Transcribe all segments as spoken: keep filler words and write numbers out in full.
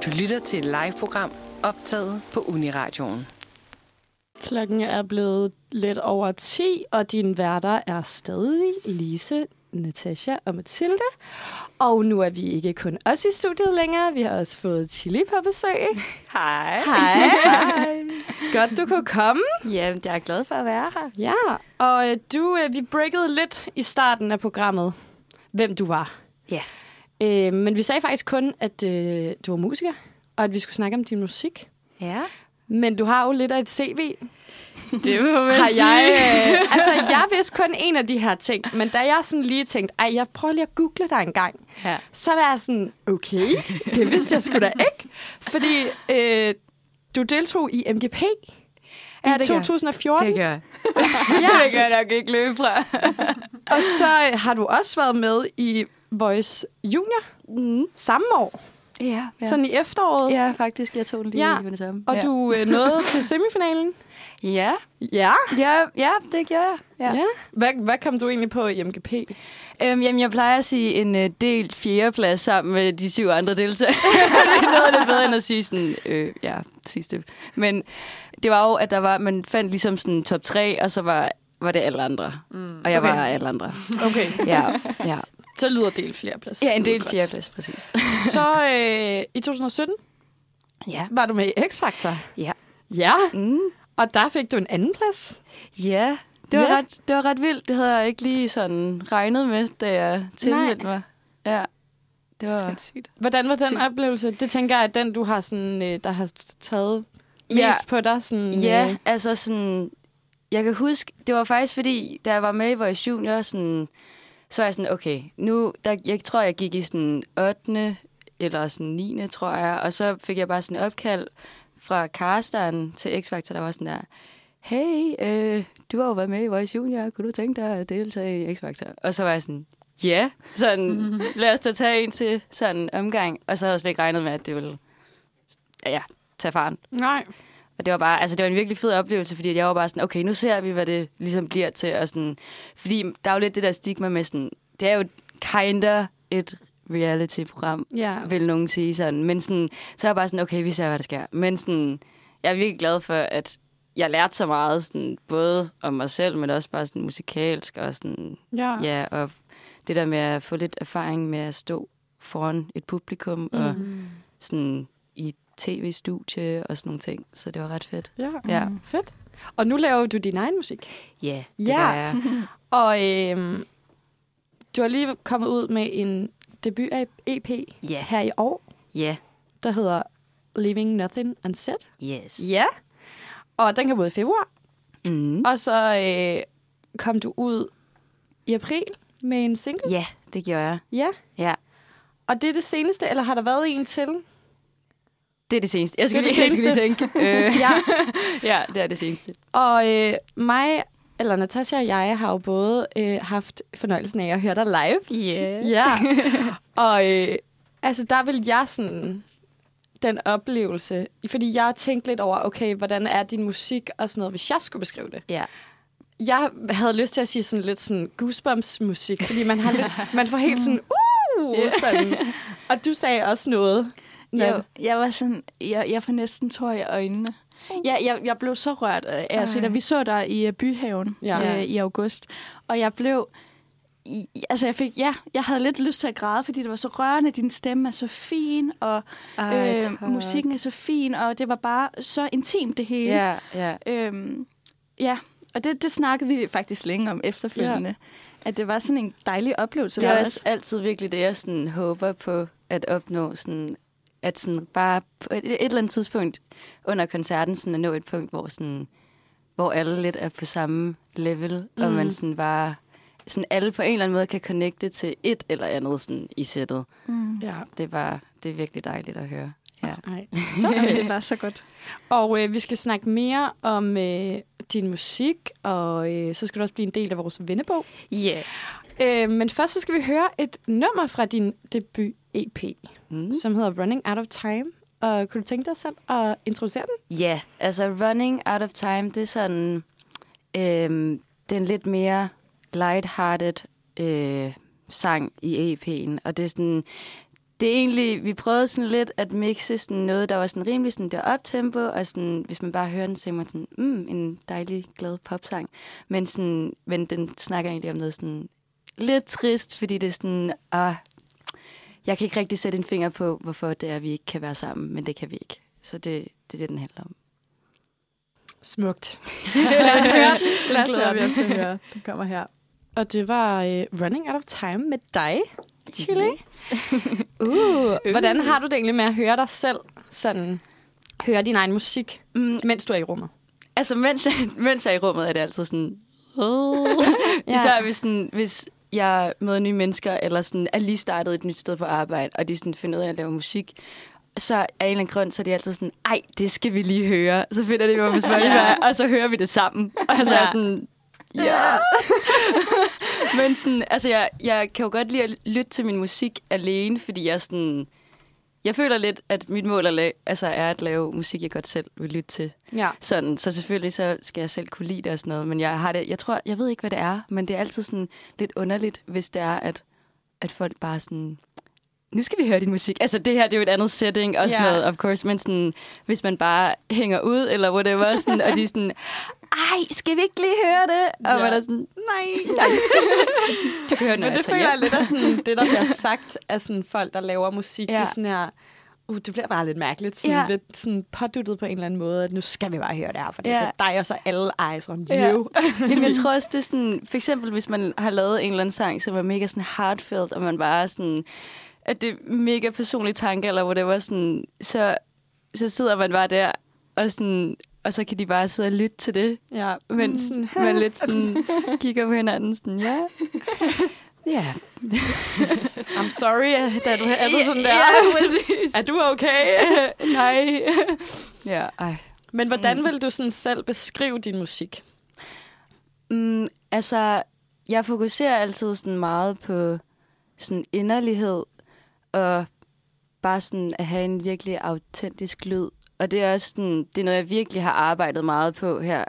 Du lytter til et live-program optaget på Uniradioen. Klokken er blevet lidt over ti, og dine værter er stadig Lise, Natasha og Mathilde. Og nu er vi ikke kun os i studiet længere. Vi har også fået Chili på besøg. Hej. Hej. Hej. Godt, du kunne komme. Jamen, jeg er glad for at være her. Ja, og øh, du, øh, vi breakede lidt i starten af programmet, hvem du var. Ja. Øh, men vi sagde faktisk kun, at øh, du var musiker, og at vi skulle snakke om din musik. Ja. Men du har jo lidt af et C V. Det må man har sige. jeg, øh, altså, jeg vidste kun en af de her ting, men da jeg sådan lige tænkte, ej, jeg prøver lige at google dig en gang, Ja. så var jeg sådan, okay, det vidste jeg sgu da ikke. Fordi øh, du deltog i M G P Ja, i det gør. to tusind og fjorten. Det gør jeg. Ja. Det kan jeg nok ikke løbe fra. Og så øh, har du også været med i Voice Junior Mm. samme år, Ja, ja. sådan i efteråret. Ja, faktisk. Jeg tog den lige Ja. med det samme. Og ja. du øh, nåede til semifinalen. Ja. Ja. Ja, ja, det gjorde jeg. Ja. Ja. Hvad, hvad kom du egentlig på i M G P? Øhm, jamen, jeg plejer at sige en uh, delt fjerdeplads sammen med de syv andre deltagere. Det er noget lidt bedre end at sige sådan, øh, ja, sidste. Men det var jo, at der var, man fandt ligesom sådan top tre, og så var, var det alle andre. Mm. Og jeg Okay. var alle andre. Okay. Ja, ja. Så lyder del flere plads. Ja, en del fjerdeplads, præcis. Så øh, i to tusind og sytten Ja. var du med i X-Factor. Ja. Ja, Mm. og der fik du en anden plads. Ja, det var, Ja. ret, det var ret vildt. Det havde jeg ikke lige sådan regnet med, da jeg tilmeldte mig. Ja, det var Sindssygt. Hvordan var den Sygt. oplevelse? Det tænker jeg, at den, du har sådan, øh, der har taget mest Ja. på dig. Sådan, Ja, øh, altså sådan... Jeg kan huske, det var faktisk fordi, da jeg var med i Voice Junior, sådan, så var jeg sådan, okay, nu, der, jeg tror, jeg gik i sådan ottende eller sådan niende, tror jeg, og så fik jeg bare sådan et opkald fra casteren til X-Factor, der var sådan der, hey, øh, du har jo været med i Voice Junior, kunne du tænke dig at deltage i X-Factor? Og så var jeg sådan, ja, yeah. sådan, lad os da tage en til sådan en omgang, og så havde jeg slet ikke regnet med, at det ville, ja, ja tage faren. Nej. Og det var bare, altså det var en virkelig fed oplevelse, fordi jeg var bare sådan, okay, nu ser vi, hvad det ligesom bliver til. Og sådan, fordi der er jo lidt det der stigma med sådan, det er jo kinda et reality-program, Ja. vil nogen sige sådan. Men sådan, så er jeg bare sådan, okay, vi ser, hvad der sker. Men sådan, jeg er virkelig glad for, at jeg lærte så meget, sådan, både om mig selv, men også bare sådan musikalsk, og sådan, Ja. ja, og det der med at få lidt erfaring med at stå foran et publikum, mm. og sådan i tv-studie og sådan nogle ting. Så det var ret fedt. Ja. Ja. Fedt. Og nu laver du din egen musik. Ja, yeah, det Ja. gør jeg. Og øh, du har lige kommet ud med en debut-E P Ja. her i år, Ja. der hedder Leaving Nothing Unsaid. Yes. Ja. Og den kom ud i februar. Mm. Og så øh, kom du ud i april med en single. Ja, det gjorde jeg. Ja. Ja. Og det er det seneste, eller har der været en til? Det er det seneste. Jeg skulle, Det er lige, det jeg skulle lige tænke. Øh, Ja. ja, det er det seneste. Og øh, mig, eller Natasha og jeg, har jo både øh, haft fornøjelsen af at høre dig live. Yeah. Ja. Og øh, altså, der vil jeg sådan den oplevelse, fordi jeg har tænkt lidt over, okay, hvordan er din musik og sådan noget, hvis jeg skulle beskrive det. Ja. Jeg havde lyst til at sige sådan lidt sådan goosebumps-musik, fordi man har lidt, man får helt sådan, uh, Yeah. sådan. Og du sagde også noget. Jeg, jeg var sådan, jeg, jeg får næsten tår i øjnene. Jeg, jeg, jeg blev så rørt af at se dig. Vi så dig i uh, Byhaven Ja. øh, i august, og jeg blev, i, altså jeg fik, ja, jeg havde lidt lyst til at græde, fordi det var så rørende, din stemme er så fin, og Ej, øh, tak. musikken er så fin, og det var bare så intimt det hele. Ja, ja. Øhm, ja, og det, det snakkede vi faktisk længe om efterfølgende, ja. At det var sådan en dejlig oplevelse Det for er os. også altid virkelig det, jeg sådan håber på at opnå. Sådan, at sådan bare på et, et eller andet tidspunkt under koncerten sådan at nå et punkt, hvor, sådan, hvor alle lidt er på samme level, mm. og man sådan bare sådan alle på en eller anden måde kan connecte til et eller andet sådan i sættet. Mm. Ja. Det er bare, det er virkelig dejligt at høre. Ja. Ej. Så fedt. Det var så godt. Og øh, vi skal snakke mere om øh, din musik, og øh, så skal du også blive en del af vores vennebog. Yeah. Øh, men først så skal vi høre et nummer fra din debut-E P, Mm. som hedder Running Out of Time. Og kunne du tænke dig selv at introducere den? Ja, yeah, altså Running Out of Time, det er sådan øhm, den lidt mere lighthearted øh, sang i E P'en, og det er sådan det er egentlig, vi prøvede sådan lidt at mixe sådan noget, der var sådan rimelig sådan der optempo, og sådan, hvis man bare hører den, så er man sådan, mm, en dejlig, glad popsang. Men, sådan, men den snakker egentlig om noget sådan lidt trist, fordi det er sådan, ah, jeg kan ikke rigtig sætte en finger på, hvorfor det er, at vi ikke kan være sammen, men det kan vi ikke. Så det, det er det, den handler om. Smukt. Lad os høre den. Lad os Glæder høre vi den. os til at høre. Den kommer her. Og det var uh, Running Out of Time med dig, Chili. Uh, hvordan har du det egentlig med at høre dig selv sådan, høre din egen musik, Mm, mens du er i rummet? altså, mens jeg, mens jeg er i rummet, er det altid sådan... Oh. Ja. Især hvis, sådan, hvis jeg møder nye mennesker, eller sådan, er lige startet et nyt sted på arbejde, og de sådan, finder ud af at lave musik, så af en eller anden grund, så er de altid sådan, ej, det skal vi lige høre. Så finder de mig på Spotify, ja. Og så hører vi det sammen. Og så er jeg sådan... Ja. Men sådan, altså, jeg, jeg kan jo godt lide at lytte til min musik alene, fordi jeg sådan... Jeg føler lidt, at mit mål er, la- altså, er at lave musik, jeg godt selv vil lytte til. Ja. Sådan, så selvfølgelig så skal jeg selv kunne lide det og sådan noget. Men jeg har det, jeg tror, jeg ved ikke, hvad det er, men det er altid sådan lidt underligt, hvis det er, at, at folk bare sådan... Nu skal vi høre din musik. Altså, det her, det er jo et andet setting og sådan Ja. noget, of course. Men sådan, hvis man bare hænger ud, eller whatever, sådan, og de er sådan... Ej, skal vi ikke lige høre det? Og Ja. man er sådan, nej, nej. Du kan høre det, når Men jeg det tager føler jeg hjem. lidt af sådan, det, der bliver sagt af sådan folk, der laver musik. Ja. Det er sådan her, uh, det bliver bare lidt mærkeligt. Sådan Ja. lidt sådan påduttet på en eller anden måde, at nu skal vi bare høre det her, for det Ja. er dig, og så alle eyes on Ja. you. Jamen, jeg tror også, det er sådan... For eksempel, hvis man har lavet en eller anden sang, som er mega sådan heartfelt, og man bare er sådan... At det er mega personlige tanker, eller whatever, sådan... Så, så sidder man bare der, og sådan... Og så kan de bare sidde og lytte til det, Ja. mens Mm. man lidt sådan kigger på hinanden, sådan, ja... Ja. I'm sorry, da du er du sådan der. Ja, præcis. Er du okay? Nej. Ja, ej. Men hvordan vil du sådan selv beskrive din musik? Mm, altså, jeg fokuserer altid sådan meget på sådan inderlighed, og bare sådan at have en virkelig autentisk lyd. Og det er også sådan, det er noget, jeg virkelig har arbejdet meget på her,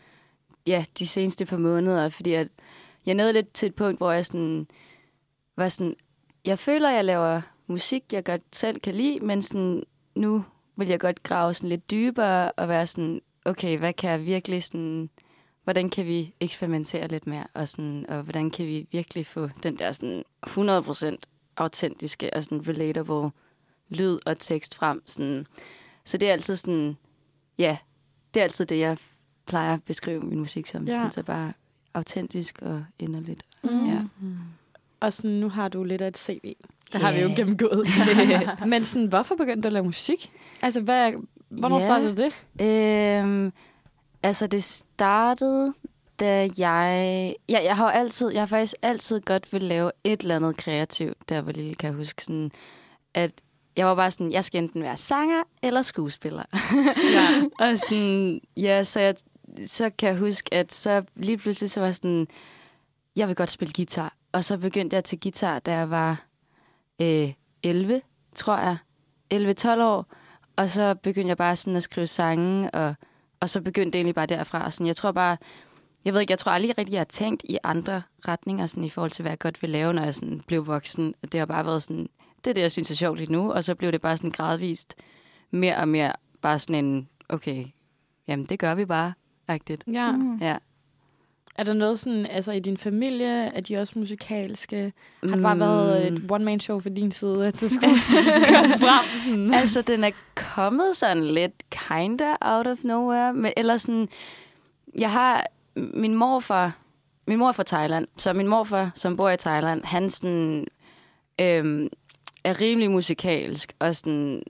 ja, de seneste par måneder, fordi at jeg nåede lidt til et punkt, hvor jeg sådan, var sådan, jeg føler, at jeg laver musik, jeg godt selv kan lide, men sådan, nu vil jeg godt grave sådan lidt dybere og være sådan, okay, hvad kan jeg virkelig sådan, hvordan kan vi eksperimentere lidt mere, og, sådan, og hvordan kan vi virkelig få den der sådan hundrede procent autentiske og sådan relatable lyd og tekst frem. Sådan. Så det er altid sådan, ja, det er altid det, jeg plejer at beskrive min musik som. Ja. Sådan, så bare autentisk og inderligt. Mm. Ja. Og sådan, nu har du lidt af et C V. Det har vi Ja. jo gennemgået. Men sådan, hvorfor begyndte du at lave musik? Altså, hvad, hvornår Ja. startede det? Øhm, altså, det startede, da jeg... Ja, jeg har jo altid... Jeg har faktisk altid godt vil lave et eller andet kreativt, der var lille, kan jeg huske. Sådan, at jeg var bare sådan, jeg skal enten være sanger eller skuespiller. Ja. Og sådan, ja, så, jeg, så kan jeg huske, at så lige pludselig så var jeg sådan, jeg vil godt spille guitar. Og så begyndte jeg til guitar, da jeg var øh, elleve, tror jeg. elleve tolv år. Og så begyndte jeg bare sådan at skrive sange, og, og så begyndte det egentlig bare derfra. Sådan, jeg tror bare, jeg ved ikke, jeg tror aldrig rigtig, jeg har tænkt i andre retninger, sådan, i forhold til, hvad jeg godt vil lave, når jeg sådan blev voksen. Det har bare været sådan, det er det, jeg synes er sjovt lige nu. Og så blev det bare sådan gradvist mere og mere bare sådan en, okay, jamen det gør vi bare, agtigt. Ja. Mm. Ja. Er der noget sådan, altså i din familie, er de også musikalske? Har det bare været et one-man-show for din side, at du skulle komme frem? Sådan? Altså, den er kommet sådan lidt kinda out of nowhere. Men, eller sådan, jeg har min morfar, min mor er fra Thailand, så min morfar, som bor i Thailand, han sådan, øhm, er rimelig musikalsk, og sådan,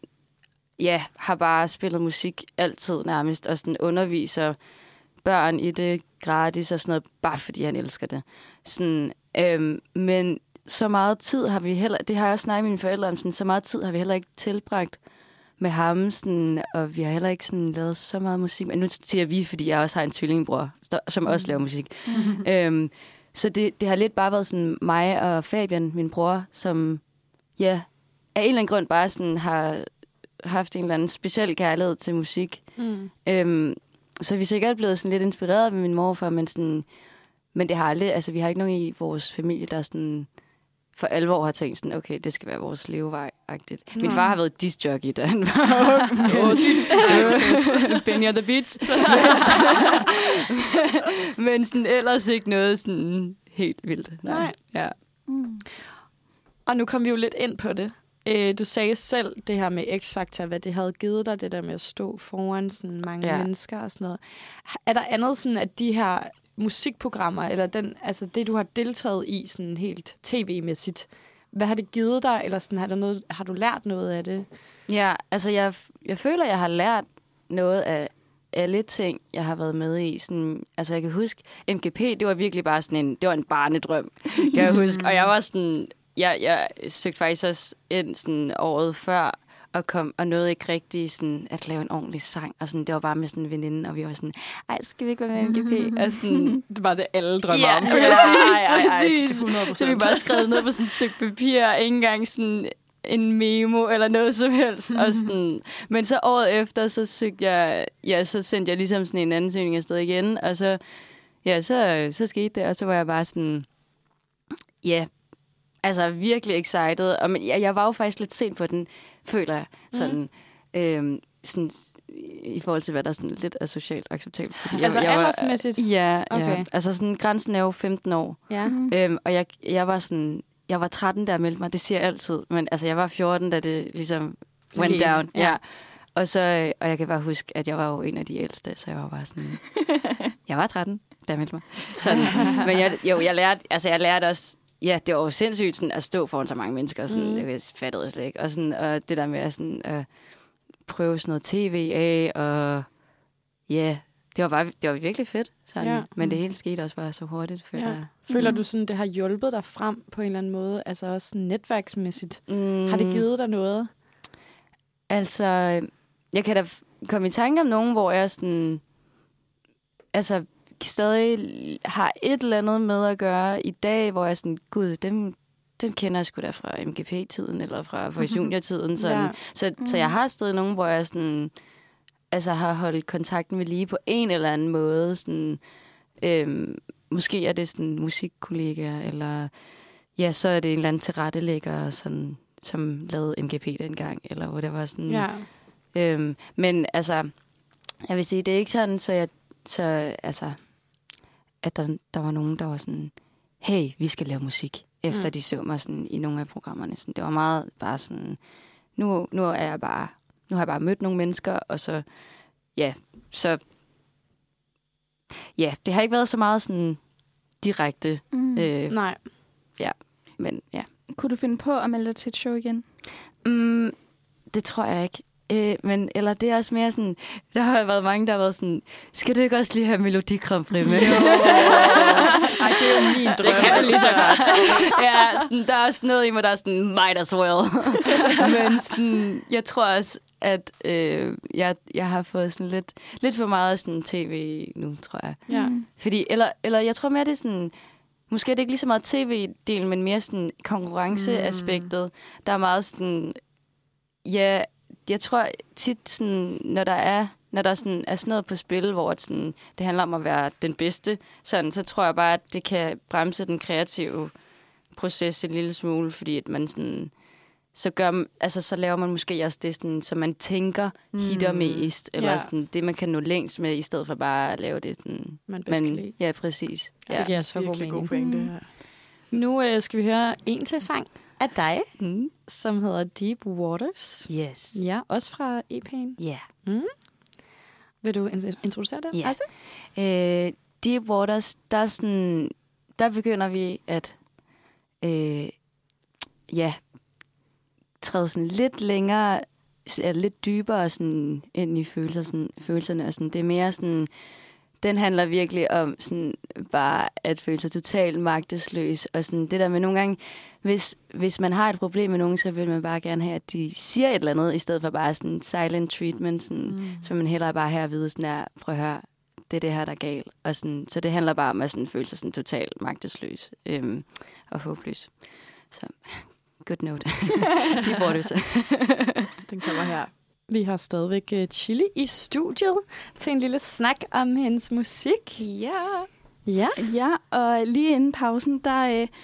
ja, har bare spillet musik altid nærmest, og sådan underviser børn i det gratis og sådan noget, bare fordi han elsker det. Sådan, øhm, men så meget tid har vi heller, det har jeg også snakket med mine forældre om, sådan, så meget tid har vi heller ikke tilbragt med ham, sådan, og vi har heller ikke sådan, lavet så meget musik. Men nu siger vi, fordi jeg også har en tvillingbror, som også laver musik. Mm-hmm. Øhm, så det, det har lidt bare været sådan mig og Fabian, min bror, som ja, af en eller anden grund bare sådan har haft en eller anden speciel kærlighed til musik. Mm. Øhm, så vi er sikkert blevet sådan lidt inspireret med min morfar, men, sådan, men det har aldrig, altså vi har ikke nogen i vores familie, der sådan for alvor har tænkt sådan, okay, det skal være vores levevej-agtigt. Min far har været discjockey, da han var ung. Åh, sygt. Benny on the Beats. men, men sådan ellers ikke noget sådan helt vildt. Nej. Nej. Ja. Mm. Og nu kom vi jo lidt ind på det. Øh, du sagde selv det her med X-Factor, hvad det havde givet dig, det der med at stå foran sådan mange ja. mennesker og sådan noget. Er der andet sådan, at de her musikprogrammer, eller den, altså det, du har deltaget i sådan helt tv-mæssigt, hvad har det givet dig, eller sådan, har, der noget, har du lært noget af det? Ja, altså jeg, jeg føler, jeg har lært noget af alle ting, jeg har været med i. Sådan, altså jeg kan huske, M G P, det var virkelig bare sådan en, det var en barnedrøm, kan jeg huske. Og jeg var sådan, jeg, jeg søgte faktisk også ind sådan året før, og kom og nåede ikke rigtig sådan at lave en ordentlig sang. Og sådan, det var bare med sådan en veninde, og vi var sådan, ej, skal vi ikke være med M G P? Og sådan, det var det, alle drømmer ja, om. Ja, ja, præcis, hundrede procent. Så vi bare skrev ned på sådan et stykke papir, og ikke engang sådan en memo eller noget som helst. Mm-hmm. Og sådan, men så året efter, så søgte jeg, ja, så sendte jeg ligesom sådan en ansøgning afsted igen, og så, ja, så, så skete det, og så var jeg bare sådan, ja, yeah, altså virkelig excited. Og men, jeg, jeg var jo faktisk lidt sent på den, føler jeg, sådan, mm. øhm, sådan i forhold til, hvad der sådan lidt er socialt acceptabelt. Fordi altså jeg, jeg aldersmæssigt? Var, ja, okay. ja. Altså sådan, grænsen er jo femten år. Ja. Mm. Øhm, og jeg, jeg var sådan, jeg var tretten, da jeg meldte mig. Det siger jeg altid. Men altså, jeg var fjorten, da det ligesom went Skete. down. Ja. Ja. Og så, og jeg kan bare huske, at jeg var jo en af de ældste, så jeg var bare sådan, jeg var tretten, da jeg meldte mig. Sådan. Men jeg, jo, jeg lærte, altså jeg lærte også, ja, det var jo sindssygt sådan, at stå foran så mange mennesker, sådan, mm. det fattede jeg slet ikke. Og, sådan, og det der med at sådan, at prøve sådan noget tv af, og ja, det var, bare, det var virkelig fedt. Sådan. Ja. Men det hele skete også bare så hurtigt. Føler, ja. jeg. føler mm. du sådan, det har hjulpet dig frem på en eller anden måde? Altså også netværksmæssigt. Mm. Har det givet dig noget? Altså, jeg kan da komme i tanke om nogen, hvor jeg sådan, altså stadig har et eller andet med at gøre i dag, hvor jeg sådan, gud, dem, dem kender jeg sgu da fra M G P-tiden, eller fra Voice Junior-tiden. Sådan. Ja. Så, mm. så jeg har stadig nogen, hvor jeg sådan, altså har holdt kontakten ved lige på en eller anden måde. Sådan, øhm, måske er det sådan musikkollegaer, eller ja, så er det en eller anden tilrettelægger, sådan, som lavede M G P dengang, eller hvor det var sådan. Ja. Øhm, men altså, jeg vil sige, det er ikke sådan, så jeg, så, altså, at der, der var nogen, der var sådan, hey, vi skal lave musik, efter mm. de så mig sådan, i nogle af programmerne. Sådan, det var meget bare sådan, nu, nu er jeg bare, nu har jeg bare mødt nogle mennesker, og så, ja, så, ja, det har ikke været så meget sådan direkte. Mm. Øh, Nej. Ja, men ja. Kunne du finde på at melde dig til et show igen? Mm, det tror jeg ikke. Øh, men, eller det er også mere sådan, der har været mange, der har været sådan, skal du ikke også lige have Melodi Grand Prix med? Ej, det er jo min drøm. Det kan du lige så godt. Ja, sådan, der er også noget i mig, der er sådan, might as well. Men sådan, jeg tror også, at øh, jeg, jeg har fået sådan lidt, lidt for meget sådan tv nu, tror jeg. Ja. Fordi, eller, eller jeg tror mere, det er sådan, måske er det ikke lige så meget tv-delen, men mere sådan konkurrenceaspektet. Mm. Der er meget sådan, ja, jeg tror tit, sådan, når der er, når der sådan, er sådan noget på spil, hvor sådan, det handler om at være den bedste, sådan, så tror jeg bare, at det kan bremse den kreative proces en lille smule, fordi at man sådan, så, gør, altså, så laver man måske også det, sådan, så man tænker mm. hitter mest, eller ja. sådan, det, man kan nå længst med, i stedet for bare at lave det sådan. Man bedst kan lide. Ja, præcis. Ja. Det giver så god mening. God pointe, mm. Nu øh, skal vi høre en til sang af dig, Mm. som hedder Deep Waters. Yes. Ja, også fra E P'en. Ja. Mm. Vil du in- introducere det? Ja. Altså? Øh, Deep Waters, der, sådan, der begynder vi at øh, ja, træde sådan lidt længere, lidt dybere sådan, ind i følelser, sådan, følelserne. Og sådan, det er mere sådan, den handler virkelig om sådan, bare at føle sig totalt magtesløs. Og sådan, det der med nogle gange, hvis, hvis man har et problem med nogen, så vil man bare gerne have, at de siger et eller andet, i stedet for bare sådan silent treatment. Sådan, mm. Så vil man hellere bare have at vide, sådan her, prøv at høre, det er det her, der er galt. Og sådan, så det handler bare om at sådan, føle sig sådan, totalt magtesløs øhm, og håbløs. Så good note. De bruger det så. Den kommer her. Vi har stadigvæk uh, Chili i studiet til en lille snak om hendes musik. Ja. Ja. Ja, og lige inden pausen, der øh,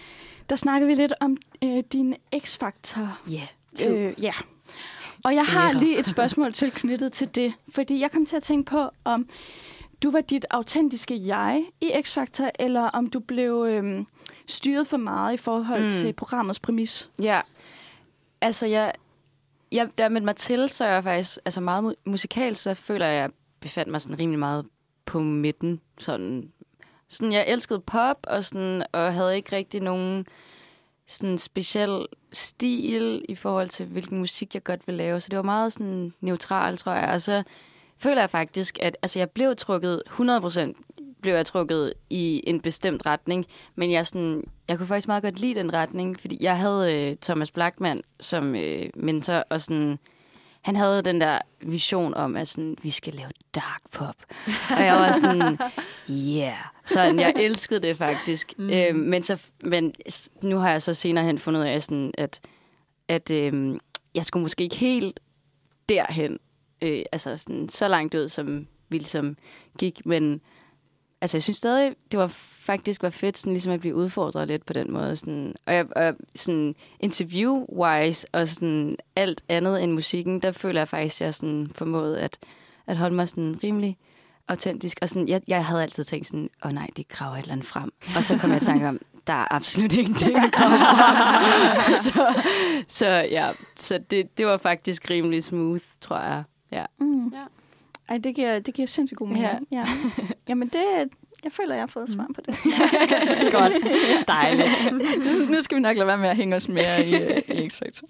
der snakkede vi lidt om øh, din X-faktor. Ja. Yeah. Øh, ja. Og jeg har lige et spørgsmål tilknyttet til det, fordi jeg kom til at tænke på, om du var dit autentiske jeg i X-Factor, eller om du blev øhm, styret for meget i forhold mm. til programmets præmis. Ja, altså jeg, jeg da jeg meldte mig til, så er jeg faktisk altså meget mu- musikalsk, så føler jeg, at jeg befandt mig sådan rimelig meget på midten. Sådan, sådan jeg elskede pop, og, sådan, og havde ikke rigtig nogen sådan speciel stil i forhold til, hvilken musik jeg godt ville lave. Så det var meget sådan neutral, tror jeg. Og så føler jeg faktisk, at altså, jeg blev trukket, hundrede procent blev jeg trukket i en bestemt retning. Men jeg, sådan, jeg kunne faktisk meget godt lide den retning, fordi jeg havde øh, Thomas Blachman som øh, mentor, og sådan, han havde den der vision om, at sådan, vi skal lave dark pop. Og jeg var sådan, yeah. Så jeg elskede det faktisk. Mm. Øh, men, så, men nu har jeg så senere hen fundet ud af, sådan, at, at øh, jeg skulle måske ikke helt derhen. Øh, altså sådan, så langt ud, som vi ligesom gik. Men altså, jeg synes stadig, det var faktisk var fedt sådan, ligesom at blive udfordret lidt på den måde. Sådan, og, jeg, og sådan, interview-wise og sådan, alt andet end musikken, der føler jeg faktisk, at jeg sådan, formåede at, at holde mig sådan, rimelig autentisk. Og sådan, jeg, jeg havde altid tænkt sådan, åh oh, nej, det graver et eller andet frem. Og så kom jeg i tanke om, der er absolut ingenting at grave frem. så, så ja, så det, det var faktisk rimelig smooth, tror jeg. Ja. Mm. Ja. Ej, det giver, det giver sindssygt god mening. Ja. Ja. Jamen, det, jeg føler, jeg har fået svar på det. Godt. Dejligt. Nu skal vi nok lade være med at hænge os mere i, i X-Factor.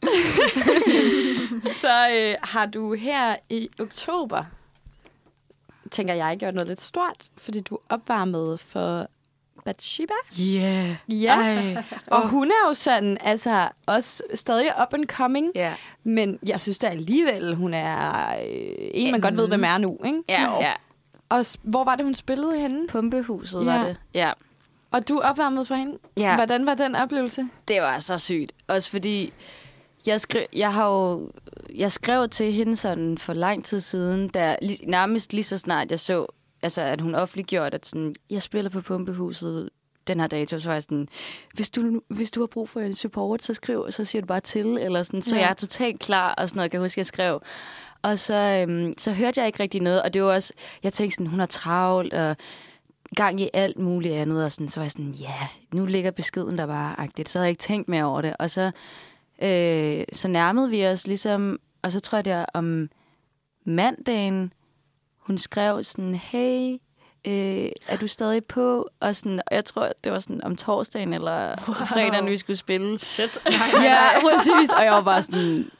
Så øh, har du her i oktober, tænker jeg, gjort noget lidt stort, fordi du opvarmede for Bathsheba. Yeah. Ja, og hun er jo sådan, altså også stadig up and coming, Yeah. men jeg synes da alligevel, hun er øh, en, man godt ved, hvem er nu, ikke? Ja, ja. Og s- hvor var det, hun spillede henne? Pumpehuset Ja. var det. Ja. Og du opvarmede for hende? Ja. Hvordan var den oplevelse? Det var så sygt. Også fordi, jeg skrev, jeg har jo, jeg skrev til hende sådan for lang tid siden, der nærmest lige så snart jeg så, altså at hun offentliggjorde, at sådan, jeg spiller på Pumpehuset den her dato, så var jeg sådan, hvis du, hvis du har brug for en support, så skriv, så siger du bare til, eller sådan, så Ja. jeg er totalt klar, og sådan noget, jeg kan huske, jeg skrev. Og så, øhm, så hørte jeg ikke rigtig noget, og det var også, jeg tænkte sådan, hun har travlt, og gang i alt muligt andet, og sådan, så var jeg sådan, ja, yeah, nu ligger beskeden der bare agtigt, så havde jeg ikke tænkt mere over det. Og så, øh, så nærmede vi os ligesom, og så tror jeg, det var om mandagen, hun skrev sådan, hey, øh, er du stadig på? Og, sådan, og jeg tror, det var sådan om torsdagen eller wow. fredagen, vi skulle spille. Shit. Ja, præcis. Og jeg var bare sådan,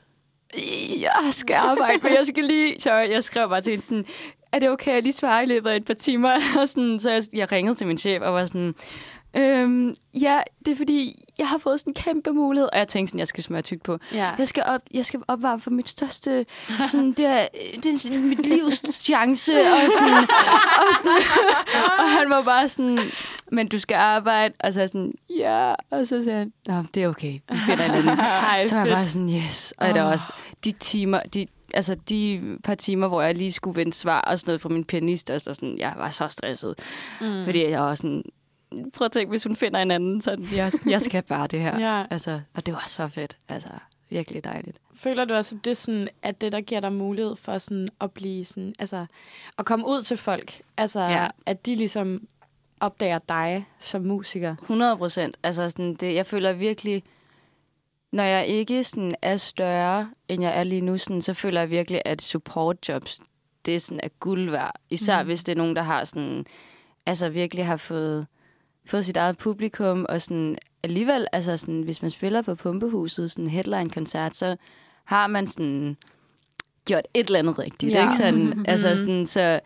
jeg skal arbejde, men jeg skal lige... Så jeg skrev bare til hende sådan, er det okay, at jeg lige svarer i løbet af et par timer? Og sådan, så jeg, jeg ringede til min chef og var sådan, øhm, ja, det er fordi, jeg har fået sådan en kæmpe mulighed. Og jeg tænkte sådan, jeg skal smøre tyk på. Ja. Jeg skal op, jeg skal opvarme for mit største, sådan, det er, det er sådan, mit livs chance. Og, sådan, og, sådan, og han var bare sådan, men du skal arbejde. Og så sådan, ja. Og så sagde han, nå, det er okay, vi finder en anden. Så var jeg bare sådan, yes. Og der var også de timer, de, altså de par timer, hvor jeg lige skulle vente svar og sådan noget fra min pianist, og så sådan, jeg var så stresset. Mm. Fordi jeg var sådan, prøv at tænke, hvis hun finder en anden, så jeg, jeg skal bare det her. Ja. Altså, og det var så fedt. Altså, virkelig dejligt. Føler du også, at det, sådan, at det der giver dig mulighed for sådan, at blive sådan, altså, at komme ud til folk? Altså, Ja. at de ligesom opdager dig som musiker? hundrede procent. Altså, sådan, det, jeg føler virkelig, når jeg ikke sådan, er større, end jeg er lige nu, sådan, så føler jeg virkelig, at supportjobs, det er, sådan, er guld værd. Især mm. hvis det er nogen, der har sådan, altså virkelig har fået, fået sit eget publikum, og sådan, alligevel, altså sådan, hvis man spiller på Pumpehuset, sådan en headline-koncert, så har man sådan gjort et eller andet rigtigt. Ja. Ikke? Sådan, altså sådan, så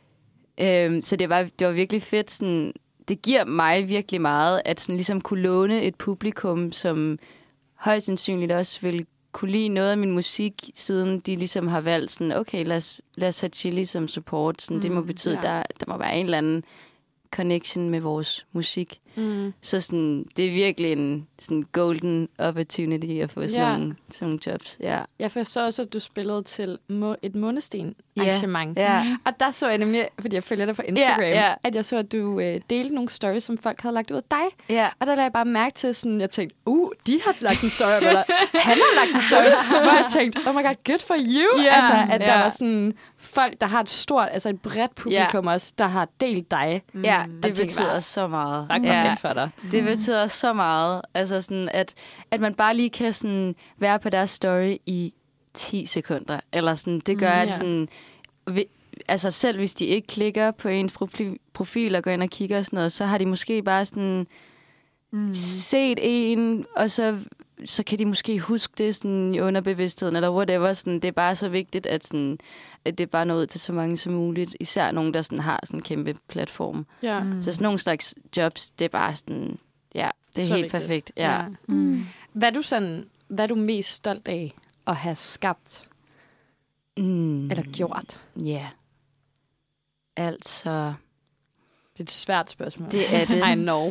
øhm, så det var, det var virkelig fedt. Sådan, det giver mig virkelig meget, at sådan, ligesom kunne låne et publikum, som højst sandsynligt også vil kunne lide noget af min musik, siden de ligesom har valgt sådan, okay, lad os, lad os have Chili som support. Sådan, mm, det må betyde, ja. at der, der må være en eller anden connection med vores musik. Mm. Så sådan, det er virkelig en sådan golden opportunity at få sådan, yeah. nogle, sådan nogle jobs. Ja. Jeg forstår også, at du spillede til må- et Månesten-arrangement. Yeah. Yeah. Og der så jeg nemlig, fordi jeg følger dig på Instagram, yeah, yeah. at jeg så, at du øh, delte nogle stories, som folk havde lagt ud af dig. Yeah. Og der lagde jeg bare mærke til, sådan, jeg tænkte, uh, de har lagt en story, eller han har lagt en story. Hvor jeg tænkte, oh my god, good for you. Yeah. Altså, at yeah. der var sådan folk, der har et stort, altså et bredt publikum yeah. også, der har delt dig. Ja, mm. det betyder bare, så meget. Ret ja. fedt for dig. Det betyder så meget. Altså sådan, at, at man bare lige kan sådan være på deres story i ti sekunder. Eller sådan, det gør, mm, at sådan, vi, altså selv hvis de ikke klikker på ens profil, profil og går ind og kigger og sådan noget, så har de måske bare sådan mm. set en, og så, så kan de måske huske det sådan i underbevidstheden, eller whatever. Sådan, det er bare så vigtigt, at, sådan, at det bare når ud til så mange som muligt. Især nogen, der sådan har sådan en kæmpe platform. Ja. Mm. Så sådan nogle slags jobs, det er bare sådan, ja, det er så helt vigtigt. Perfekt. Ja. Ja. Mm. Hvad er du sådan, hvad er du mest stolt af at have skabt? Mm. Eller gjort? Ja. Yeah. Altså... Det er et svært spørgsmål. Det er det. I know.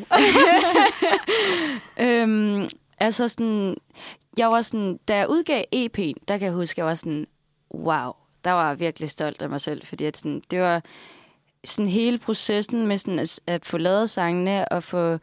øhm, altså sådan... Jeg var sådan... Da jeg udgav E P'en, der kan jeg huske, jeg var sådan... Wow. Der var jeg virkelig stolt af mig selv, fordi at sådan, det var sådan hele processen med sådan at, at få lavet sangene og få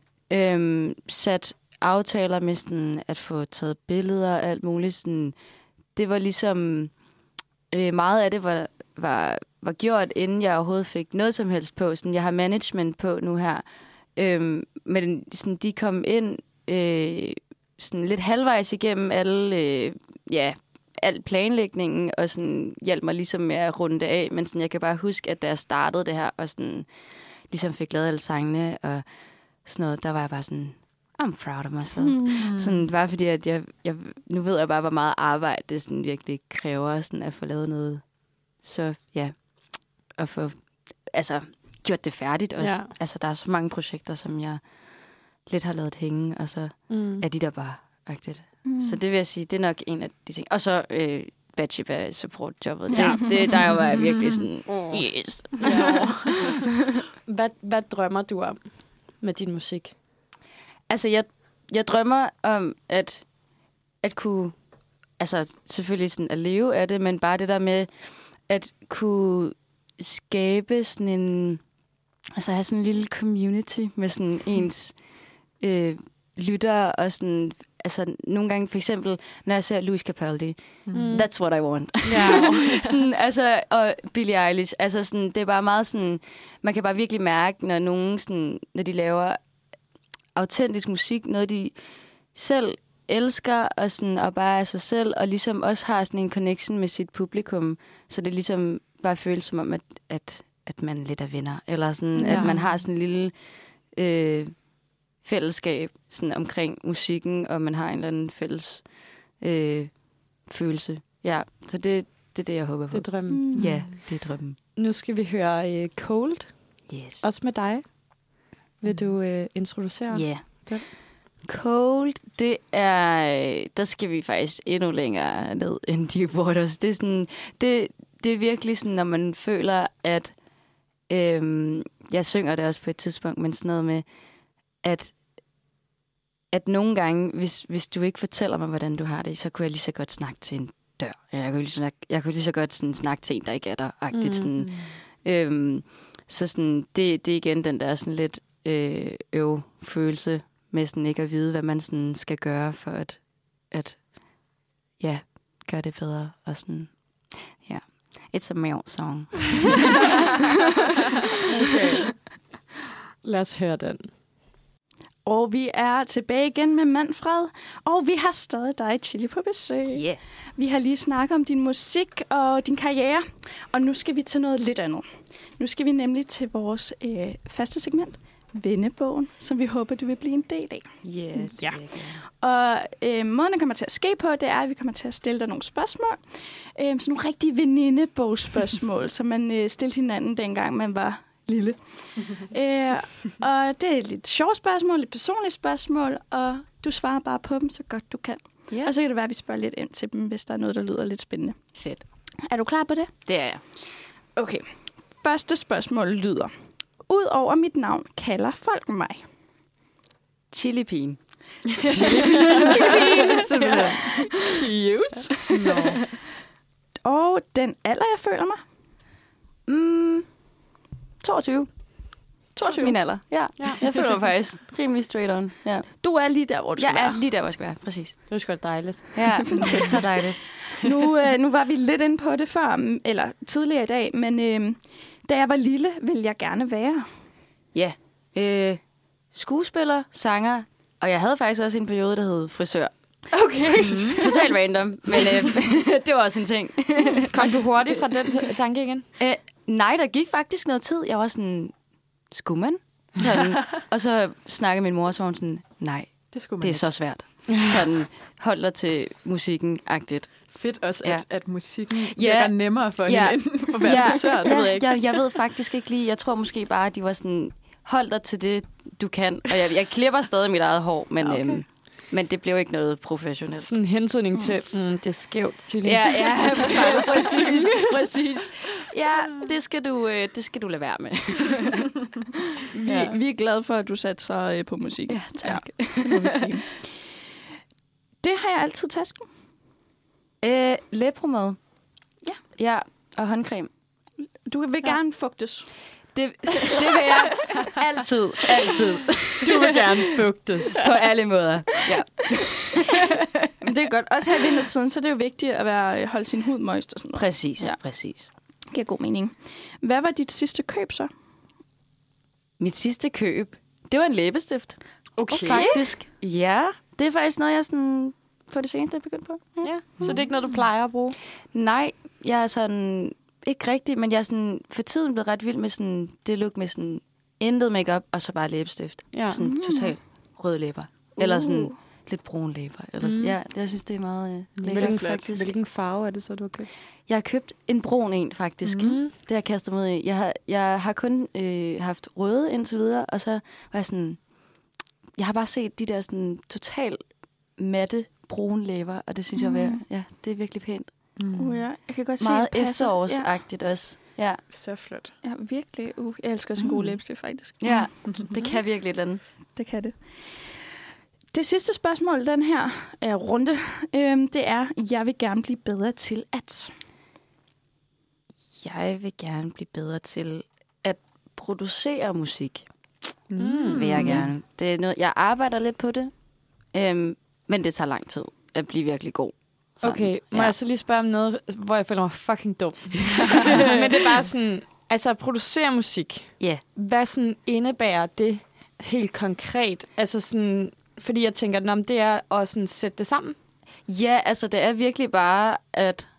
øhm, sat aftaler med sådan at få taget billeder og alt muligt. Sådan, det var ligesom... Øh, meget af det var, var, var gjort, inden jeg overhovedet fik noget som helst på. Sådan, jeg har management på nu her. Øhm, men sådan, de kom ind øh, sådan lidt halvvejs igennem alle, øh, ja, al planlægningen, og sådan hjalp mig ligesom med at runde det af. Men sådan, jeg kan bare huske, at da jeg startede det her, og sådan, ligesom fik lavet alle sangene, og sådan noget, der var jeg bare sådan... I'm proud of myself. Mm. Sådan, bare fordi, at jeg, jeg, nu ved jeg bare, hvor meget arbejde det sådan virkelig kræver sådan at få lavet noget. Så ja, at få altså, gjort det færdigt også. Ja. Altså, der er så mange projekter, som jeg lidt har lavet hænge, og så mm. er de der bare agtigt. Mm. Så det vil jeg sige, det er nok en af de ting. Og så øh, Bathsheba support-jobbet. Ja. Det, det, der var jeg virkelig sådan, yes. Ja. hvad, hvad drømmer du om med din musik? Altså, jeg, jeg drømmer om at, at kunne, altså selvfølgelig sådan at leve af det, men bare det der med at kunne skabe sådan en, altså have sådan en lille community med sådan ens øh, lyttere, og sådan, altså nogle gange for eksempel, når jeg ser Lewis Capaldi, mm. that's what I want. Yeah. sådan, altså, og Billie Eilish, altså sådan, det er bare meget sådan, man kan bare virkelig mærke, når nogen sådan, når de laver autentisk musik, noget de selv elsker, og, sådan, og bare er sig selv, og ligesom også har sådan en connection med sit publikum, så det ligesom bare føles som om, at, at, at man lidt er venner, eller sådan, ja. At man har sådan en lille øh, fællesskab sådan omkring musikken, og man har en eller anden fælles øh, følelse. Ja, så det, det er det, jeg håber på. Det er drømmen. Mm. Ja, det er drømmen. Nu skal vi høre uh, Cold. Yes. Også med dig. Vil du øh, introducere yeah. det? Cold, det er... Der skal vi faktisk endnu længere ned end Deep Waters. Det er, sådan, det, det er virkelig sådan, når man føler, at... Øhm, jeg synger det også på et tidspunkt, men sådan noget med, at, at nogle gange, hvis, hvis du ikke fortæller mig, hvordan du har det, så kunne jeg lige så godt snakke til en dør. Jeg kunne lige så, jeg kunne lige så godt sådan, snakke til en, der ikke er der. Mm. Sådan, øhm, så sådan, det, det er igen den der sådan lidt... Øh, øv følelse med sådan ikke at vide, hvad man sådan skal gøre for at, at ja, gøre det bedre. Og sådan, ja. Yeah. It's a male song. Okay. Lad os høre den. Og vi er tilbage igen med Manfred, og vi har stadig dig, Chili, på besøg. Yeah. Vi har lige snakket om din musik og din karriere, og nu skal vi til noget lidt andet. Nu skal vi nemlig til vores øh, faste segment, Vennebogen, som vi håber, du vil blive en del af. Yes. Ja. Og øh, måden, det kommer til at ske på, det er, at vi kommer til at stille dig nogle spørgsmål. Øh, sådan nogle rigtige venindebogsspørgsmål, som man øh, stillede hinanden, dengang man var lille. øh, og det er et lidt sjovt spørgsmål, et personligt spørgsmål, og du svarer bare på dem, så godt du kan. Yeah. Og så kan det være, at vi spørger lidt ind til dem, hvis der er noget, der lyder lidt spændende. Fedt. Er du klar på det? Det er jeg. Okay. Første spørgsmål lyder: Udover mit navn kalder folk mig. Chili-pigen. Chili-pigen. Simpelthen. Cute. Nå. Og den alder, jeg føler mig? Mm, toogtyve. toogtyve. Min alder, ja. Ja. Jeg føler mig faktisk rimelig straight on. Ja. Du er lige der, hvor du skal Jeg være. er lige der, hvor jeg skal være, præcis. Det er sgu da dejligt. Ja, det er så dejligt. Nu, øh, nu var vi lidt inde på det før, m- eller tidligere i dag, men øh, da jeg var lille, ville jeg gerne være. Ja, øh, skuespiller, sanger, og jeg havde faktisk også en periode, der hed frisør. Okay. Mm. Totalt random, men øh, det var også en ting. Kom du hurtigt fra den t- tanke igen? øh, nej, der gik faktisk noget tid. Jeg var sådan, skulle man? Sådan. Og så snakkede min mor, og så var hun sådan, nej, Det skulle man det er så svært. Sådan, hold dig til musikken-agtigt. Fedt også, Ja. at, at musikken Ja. virker nemmere for Ja. hende, end for at være ja, frisør. Det ja, ved jeg ikke. Jeg, jeg ved faktisk ikke lige. Jeg tror måske bare, at de var sådan, hold dig til det, du kan. Og jeg, jeg klipper stadig mit eget hår, men, Okay. øhm, men det blev ikke noget professionelt. Sådan en hentydning til, mm, det er skævt, Julie. Ja, ja, præcis, præcis. Ja, det skal du, øh, det skal du lade være med. Vi, Ja. vi er glade for, at du satte sig øh, på musik. Ja, tak. Ja, det må vi sige. Det har jeg altid i tasken. Øh, læbromad. Ja. Ja, og håndcreme. Du vil ja. gerne fugtes. Det, det vil jeg altid, altid. Du vil gerne fugtes. På alle måder. Ja. Men det er godt. Også her i vintertiden, så er det jo vigtigt at være, holde sin hud moist og sådan noget. Præcis, Ja. ja. præcis. Det giver god mening. Hvad var dit sidste køb så? Mit sidste køb, det var en læbestift. Okay. Faktisk. Ja, det er faktisk noget, jeg sådan på det seneste er begyndt på. Ja. Ja, så det er ikke noget, du plejer at bruge? Nej, jeg er sådan, ikke rigtig, men jeg er sådan, for tiden blevet ret vild med sådan, det look med sådan, intet makeup og så bare læbestift. Ja. Sådan Mm. totalt røde læber. Uh. Eller sådan lidt brun læber. Eller sådan. Mm. Ja, det, jeg synes, det er meget øh, lækkert, Hvilken, faktisk. hvilken farve er det så, du har købt? Jeg har købt en brun en, faktisk. Mm. Det har jeg kastet mig ud i. Jeg har, jeg har kun øh, haft røde indtil videre, og så var jeg sådan, jeg har bare set de der sådan totalt matte brune læber, og det synes mm. jeg er, ja, det er virkelig pænt. Mm. Uh, ja. Jeg kan godt Meget se, det passer. efterårsagtigt ja. også. Ja. Så flot. Ja, ja, virkelig. Uh, jeg elsker sådan en god læbestift, faktisk. Ja, det kan virkelig et eller andet. Det kan det. Det sidste spørgsmål, den her er runde, øhm, det er, jeg vil gerne blive bedre til at... Jeg vil gerne blive bedre til at producere musik. Mm. Vil jeg gerne. Det er noget, jeg arbejder lidt på det, øhm, men det tager lang tid at blive virkelig god. Sådan. Okay, må ja. jeg så lige spørge om noget, hvor jeg føler mig fucking dum? Men det er bare sådan, altså at producere musik, Ja. hvad sådan indebærer det helt konkret? Altså sådan, fordi jeg tænker, nå, men det er at sådan sætte det sammen. Ja, altså det er virkelig bare, at,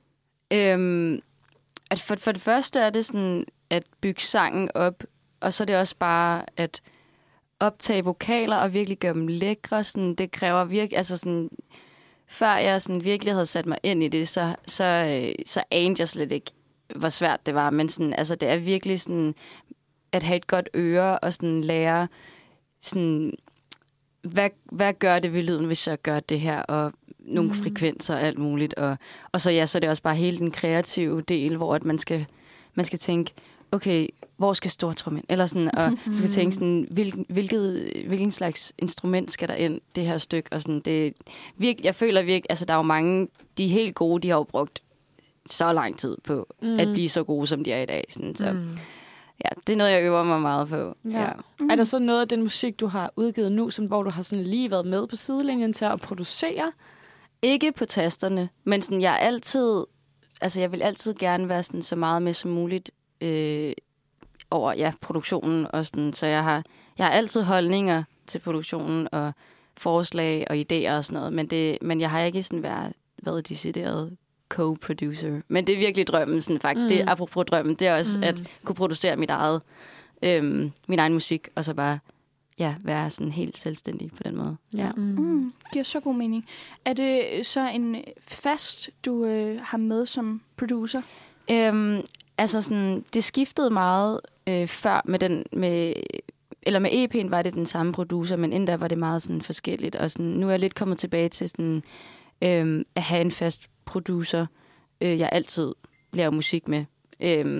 øhm, at for, for det første er det sådan at bygge sangen op, og så er det også bare at optage vokaler og virkelig gøre dem lækre. Sådan, det kræver virkelig, altså sådan, før jeg sådan virkelig havde sat mig ind i det, så, så, øh, så anede jeg slet ikke, hvor svært det var. Men sådan, altså, det er virkelig sådan at have et godt øre og sådan lære sådan, hvad, hvad gør det ved lyden, hvis jeg gør det her, og nogle mm. frekvenser og alt muligt. Og, og så ja, så er det også bare hele den kreative del, hvor at man skal, man skal tænke, okay, hvor skal stortrummen? Eller sådan, og man skal tænke sådan, hvilken, hvilket, hvilken slags instrument skal der ind, det her stykke? Og sådan, det, virke, jeg føler virkelig, altså der er jo mange, de er helt gode, de har jo brugt så lang tid på mm. at blive så gode, som de er i dag. Sådan, så Mm. ja, det er noget, jeg øver mig meget på. Ja. Ja. Mm. Er der så noget af den musik, du har udgivet nu, som, hvor du har sådan lige været med på sidelinjen til at producere? Ikke på tasterne, men sådan, jeg er altid, altså jeg vil altid gerne være sådan, så meget med som muligt øh, over ja, produktionen. Og sådan, så jeg har, jeg har altid holdninger til produktionen og forslag og idéer og sådan noget, men, det, men jeg har ikke sådan været, været decideret co-producer. Men det er virkelig drømmen, sådan faktisk. Mm. Det, apropos drømmen, det er også mm. at kunne producere mit eget, øhm, min egen musik, og så bare ja, være sådan helt selvstændig på den måde. Ja. Mm. Mm, giver så god mening. Er det så en fast, du øh, har med som producer? Øhm, altså sådan, det skiftede meget øh, før med den, med, eller med E P'en var det den samme producer, men inden da var det meget sådan forskelligt, og sådan, nu er jeg lidt kommet tilbage til sådan, øhm, at have en fast producer, øh, jeg altid laver musik med. Øhm,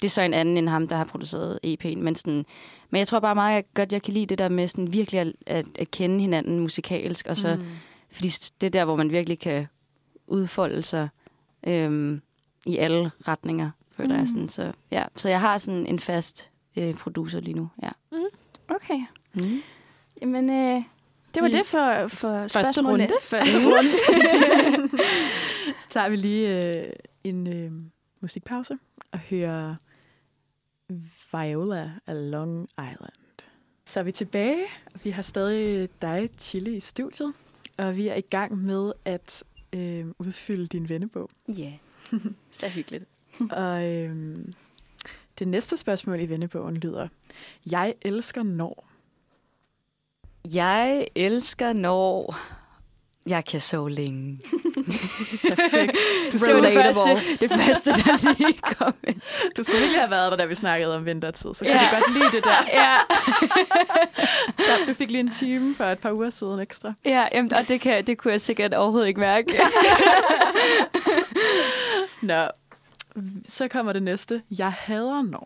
det er så en anden end ham, der har produceret E P'en. Men, sådan, men jeg tror bare meget jeg, godt, jeg kan lide det der med sådan virkelig at, at, at kende hinanden musikalsk. Og så, mm. Fordi det er der, hvor man virkelig kan udfolde sig øhm, i alle retninger, føler mm. jeg sådan. Så, ja. så jeg har sådan en fast øh, producer lige nu. Ja. Mm. Okay. Mm. Jamen, øh, det var det for, for Første runde. Første runde. Så tager vi lige øh, en øh, musikpause og hører Viola af Long Island. Så er vi tilbage, og vi har stadig dig, Chili, i studiet, og vi er i gang med at øh, udfylde din vennebog. Ja, yeah. Så hyggeligt. Og øh, det næste spørgsmål i vennebogen lyder, jeg elsker når. Jeg elsker, når jeg kan sove længe. Perfekt. Du så det første, det første, der lige kom ind. Du skulle virkelig have været der, da vi snakkede om vintertid. Så kan ja. du godt lide det der. Ja. der. Du fik lige en time for et par uger siden ekstra. Ja, jamen, og det, kan, det kunne jeg sikkert overhovedet ikke mærke. Nå, så kommer det næste. Jeg hader når.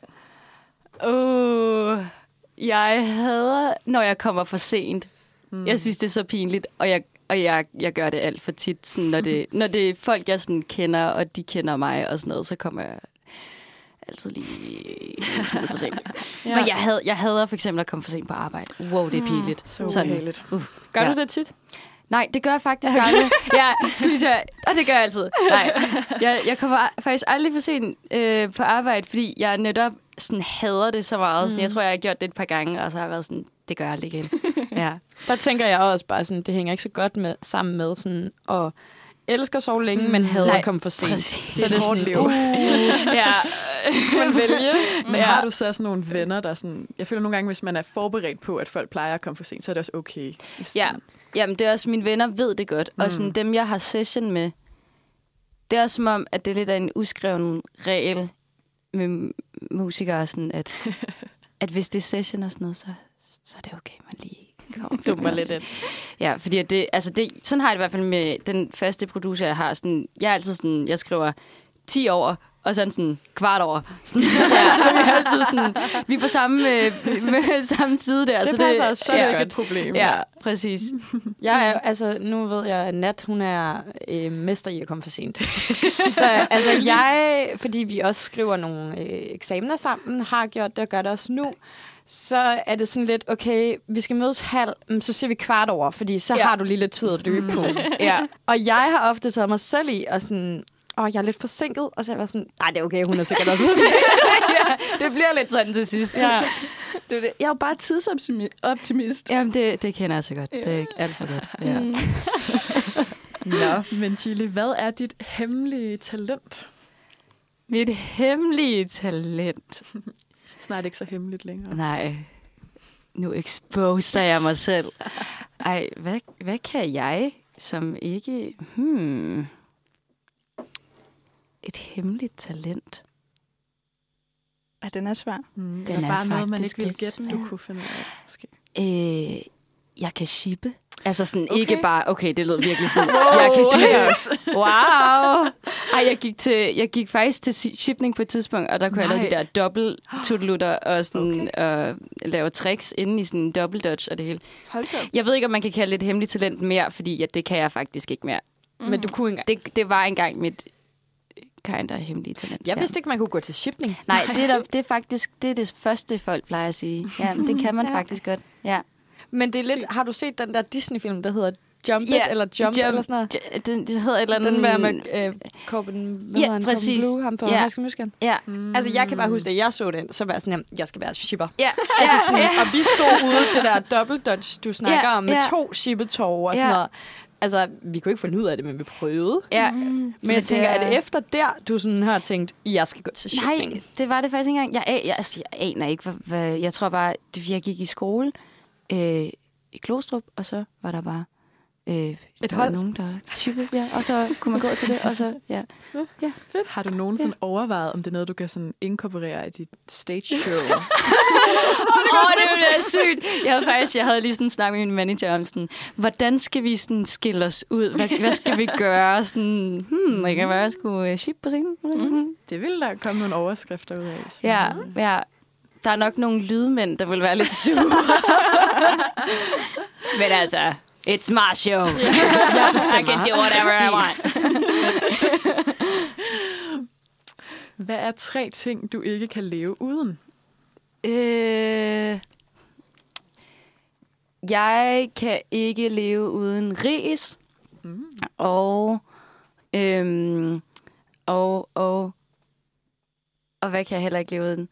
Åh, uh, jeg hader, når jeg kommer for sent. Mm. Jeg synes, det er så pinligt, og jeg Og jeg, jeg gør det alt for tit. Sådan, når, det, når det er folk, jeg sådan kender, og de kender mig og sådan noget, så kommer jeg altid lige en smule for sent. Ja. Men jeg, had, jeg hader for eksempel at komme for sent på arbejde. Wow, det er pinligt. Mm, så ubehageligt. Uh, gør ja. du det tit? Nej, det gør jeg faktisk okay. aldrig. Ja, skulle lige sige, og det gør jeg altid. Nej, jeg, jeg kommer faktisk aldrig for sent øh, på arbejde, fordi jeg netop sådan hader det så meget. Mm. Sådan, jeg tror, jeg har gjort det et par gange, og så har jeg været sådan, det gør jeg aldrig igen. Ja. Der tænker jeg også bare sådan, det hænger ikke så godt med sammen med sådan, og elsker at sove længe, mm. men hader at komme for sent. Præcis. Så det er et hårdt liv. Uh, ja, skal man vælge. Men ja. Har du så sådan nogle venner, der sådan... Jeg føler nogle gange, hvis man er forberedt på, at folk plejer at komme for sent, så er det også okay. Ja, jamen det er også, mine venner ved det godt. Mm. Og sådan dem, jeg har session med, det er også som om, at det er lidt af en uskreven regel med musikere, sådan at, at hvis det er session og sådan noget, så, så er det okay, man lige dummer lidt ind. Ja, fordi det, altså det, sådan har jeg det i hvert fald med den faste producer, jeg har. Sådan, jeg er altid sådan, jeg skriver ti over, og sådan sådan kvart over. Sådan, ja. Så er vi altid sådan, vi er på samme, øh, med samme side der. Det så passer det, også, så er ja, det ikke et problem. Ja, præcis. Jeg er, altså, nu ved jeg, at Nat, hun er øh, mester i at komme for sent. Så altså, jeg, fordi vi også skriver nogle øh, eksamener sammen, har gjort det og gør det også nu, så er det sådan lidt, okay, vi skal mødes halv, så siger vi kvart over, fordi så ja. har du lige lidt tid at løbe på. Ja. Og jeg har ofte taget mig selv i, og sådan, åh, jeg er lidt forsinket, og så er jeg sådan, nej, det er okay, hun er sikkert også forsinket. Ja, det bliver lidt sådan til sidst. Ja. Det er det. Jeg er jo bare tidsoptimist. Jamen, det, det kender jeg så godt. Ja. Det er alt for godt. Ja. Mm. Nå, men Chili, hvad er dit hemmelige talent? Mit hemmelige talent? Snart ikke så hemmeligt længere. Nej, nu exposer jeg mig selv. Ej, hvad, hvad kan jeg, som ikke... Hmm, et hemmeligt talent? Ja, den er svær. Mm, den er er bare noget, man ikke ville lidt gætte, svær. du kunne finde ud af. Måske. Øh, jeg kan shippe. Altså sådan, Okay. ikke bare... Okay, det lød virkelig sådan... Wow. Jeg kan shippe. Wow! Ej, jeg gik, til, jeg gik faktisk til shipning på et tidspunkt, og der kunne Nej. jeg lave de der dobbelt tuttelutter og sådan, okay. og lave tricks inde i sådan en double dodge og det hele. Hold da. Jeg ved ikke, om man kan kalde det et hemmeligt talent mere, fordi ja, det kan jeg faktisk ikke mere. Mm. Men du kunne engang. Det, det var engang mit kind of hemmelige talent. Jeg vidste ikke, man kunne gå til shipning. Nej, det er, der, det er faktisk det, er det første, folk plejer at sige. Ja, men det kan man Ja. faktisk godt. Ja. Men det er lidt, har du set den der Disney-film, der hedder Jump It, Ja, eller Jump, Jump eller sådan noget? J- Den, det hedder et eller andet... Den der med øh, Corbin, hvad Ja, hedder han? præcis. Corbin Blue, ham fra Ja. High School Musical. Ja. Mm. Altså, jeg kan bare huske, at jeg så den, så var jeg sådan, jamen, jeg skal være shipper. Ja. Altså, sådan, ja. og vi stod ude, det der double dodge, du snakker Ja, om, med ja. to shippetår og sådan Ja. noget. Altså, vi kunne ikke finde ud af det, men vi prøvede. Ja. Men, Men jeg tænker, det er det efter der, du sådan har tænkt, jeg skal gå til shipping? Nej, det var det faktisk ikke engang. Jeg, jeg, jeg, altså, jeg aner ikke, hvad, hvad... Jeg tror bare, det, jeg gik i skole øh, i Glostrup, og så var der bare Øh, Et der hold? er nogen, der type, ja. Og så kunne man gå til det, og så, ja. Ja. Fedt. Har du nogensinde ja. overvejet, om det er noget, du kan sådan inkorporere i dit stage show? Åh, oh, det ville være sygt. Jeg havde faktisk, jeg havde lige sådan snakket med min manager om sådan, hvordan skal vi sådan skille os ud? Hvad, hvad skal vi gøre? Sådan, hmm, det kan være, at jeg skulle uh, ship på scenen. Mm. Det ville der komme nogle overskrifter ud af. Ja, ja. Der er nok nogle lydmænd, der vil være lidt sure. Men altså, it's my show. Yeah. I can do whatever I want. Hvad er tre ting, du ikke kan leve uden? Øh, jeg kan ikke leve uden ris. Mm. Og, øhm, og, og, og hvad kan jeg heller ikke leve uden?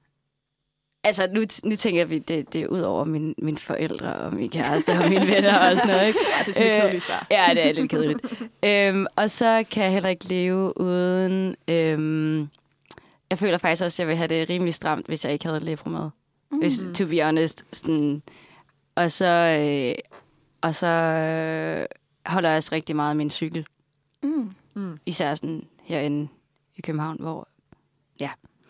Altså, nu, nu tænker vi, det, det er ud over min, mine forældre og min kæreste og mine venner og sådan noget, ikke? Ja, det er sådan et kedeligt svar. Ja, det er lidt kedeligt. øhm, og så kan jeg heller ikke leve uden... Øhm, jeg føler faktisk også, at jeg vil have det rimelig stramt, hvis jeg ikke havde levermad. Mm. Hvis, to be honest. Sådan. Og så, øh, og så øh, holder jeg også rigtig meget af min cykel. Mm. Mm. Især sådan herinde i København, hvor... Ja,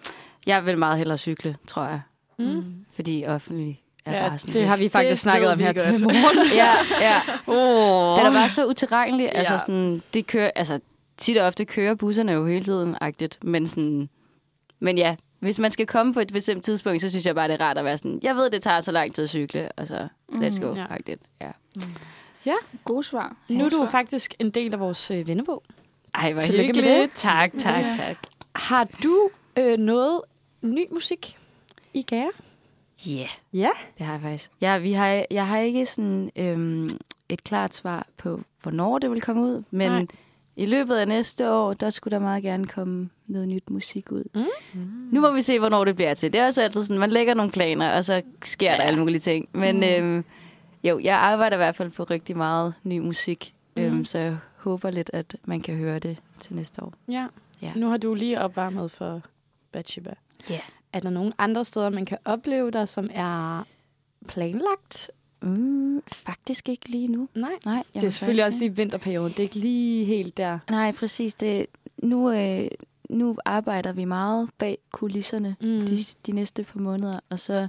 jeg vil meget hellere cykle, tror jeg. Mm. Fordi offentlig er ja, bare sådan... det har vi faktisk det snakket om her til morgen. ja, ja. Oh. Det er bare så utilregneligt. Ja. Altså, sådan, det kører, altså, tit og ofte kører busserne jo hele tiden, agtigt. Men, sådan, men ja, hvis man skal komme på et bestemt tidspunkt, så synes jeg bare, det er rart at være sådan, jeg ved, det tager så lang tid at cykle, og så let's go, mm, ja. agtigt. Ja. Mm. Ja, god svar. Nu er du faktisk en del af vores øh, vennebog. Ej, hvor Tillykke hyggeligt. med det. Tak, tak, ja. tak. Har du øh, noget ny musik i gære? Ja, yeah. ja, det har jeg faktisk. Ja, vi har, jeg har ikke sådan øhm, et klart svar på, hvornår det vil komme ud, men Nej. i løbet af næste år, der skulle der meget gerne komme noget nyt musik ud. Mm. Mm. Nu må vi se, hvornår det bliver til. Det er også altid sådan, man lægger nogle planer, og så sker ja. der alle mulige ting. Men mm. øhm, jo, jeg arbejder i hvert fald på rigtig meget ny musik, mm. øhm, så jeg håber lidt, at man kan høre det til næste år. Ja, ja. Nu har du lige opvarmet for Bathsheba. Ja. Yeah. Er der nogle andre steder, man kan opleve dig, som er planlagt? Mm, faktisk ikke lige nu. Nej, Nej det er selvfølgelig også lige vinterperioden. Det er ikke lige helt der. Nej, præcis. Det, nu, øh, nu arbejder vi meget bag kulisserne mm. de, de næste par måneder. Og så,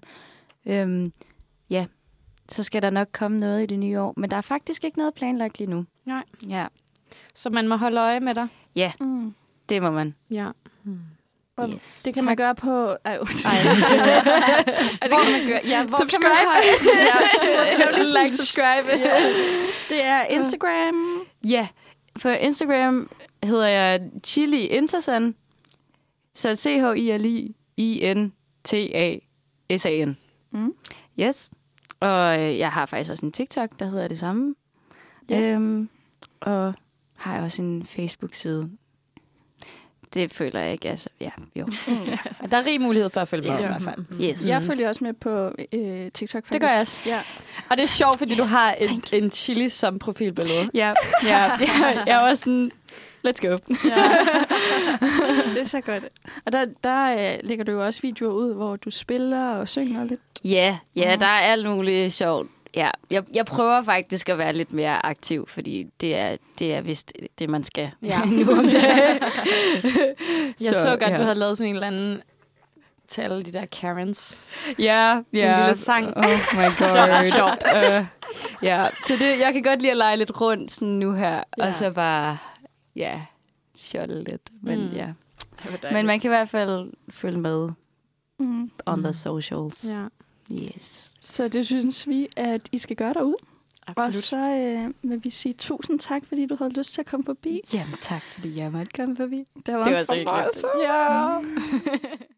øhm, ja, så skal der nok komme noget i det nye år. Men der er faktisk ikke noget planlagt lige nu. Nej. Ja. Så man må holde øje med dig? Ja, mm. det må man. Ja. Hmm. Yes. Det kan man gøre på... Ej, uh, Ej, det kan man gøre. Ja, hvor subscribe. Kan man ja, det er like, subscribe. Yeah. Det er Instagram. Ja, på Instagram hedder jeg Chili Intersan. Så C H I L I I N T A S A N. Mm. Yes. Og jeg har faktisk også en TikTok, der hedder det samme. Yeah. Øhm, og har også en Facebook-side. Det føler jeg ikke, altså, ja, jo. Mm. Der er rig mulighed for at følge med, ja. i hvert fald. Yes. Jeg følger også med på øh, TikTok, faktisk. Det gør jeg også. Ja. Og det er sjovt, fordi yes. du har en, en chili som profilbillede. Ja, ja. Jeg, jeg var sådan, let's go. Ja. Det er så godt. Og der, der øh, lægger du jo også videoer ud, hvor du spiller og synger lidt. Ja, ja, der er alt muligt sjovt. Ja, jeg, jeg prøver faktisk at være lidt mere aktiv, fordi det er, det er vist det, man skal ja. nu om det. Jeg så, så godt, ja. du havde lavet sådan en eller anden til alle de der Karens. Ja, ja. En lille sang. Oh my god. Det var ret sjovt. Uh, ja, så det, jeg kan godt lide at lege lidt rundt sådan nu her, ja. og så bare, ja, fjolle lidt. Men mm. ja. Men man kan i hvert fald følge med mm. on mm. the socials. Ja. Yes. Så det synes vi, at I skal gøre derude. Absolut. Og så øh, vil vi sige tusind tak, fordi du havde lyst til at komme forbi. Jamen tak, fordi jeg måtte komme forbi. Det var, det var en fornøjelse. Ja.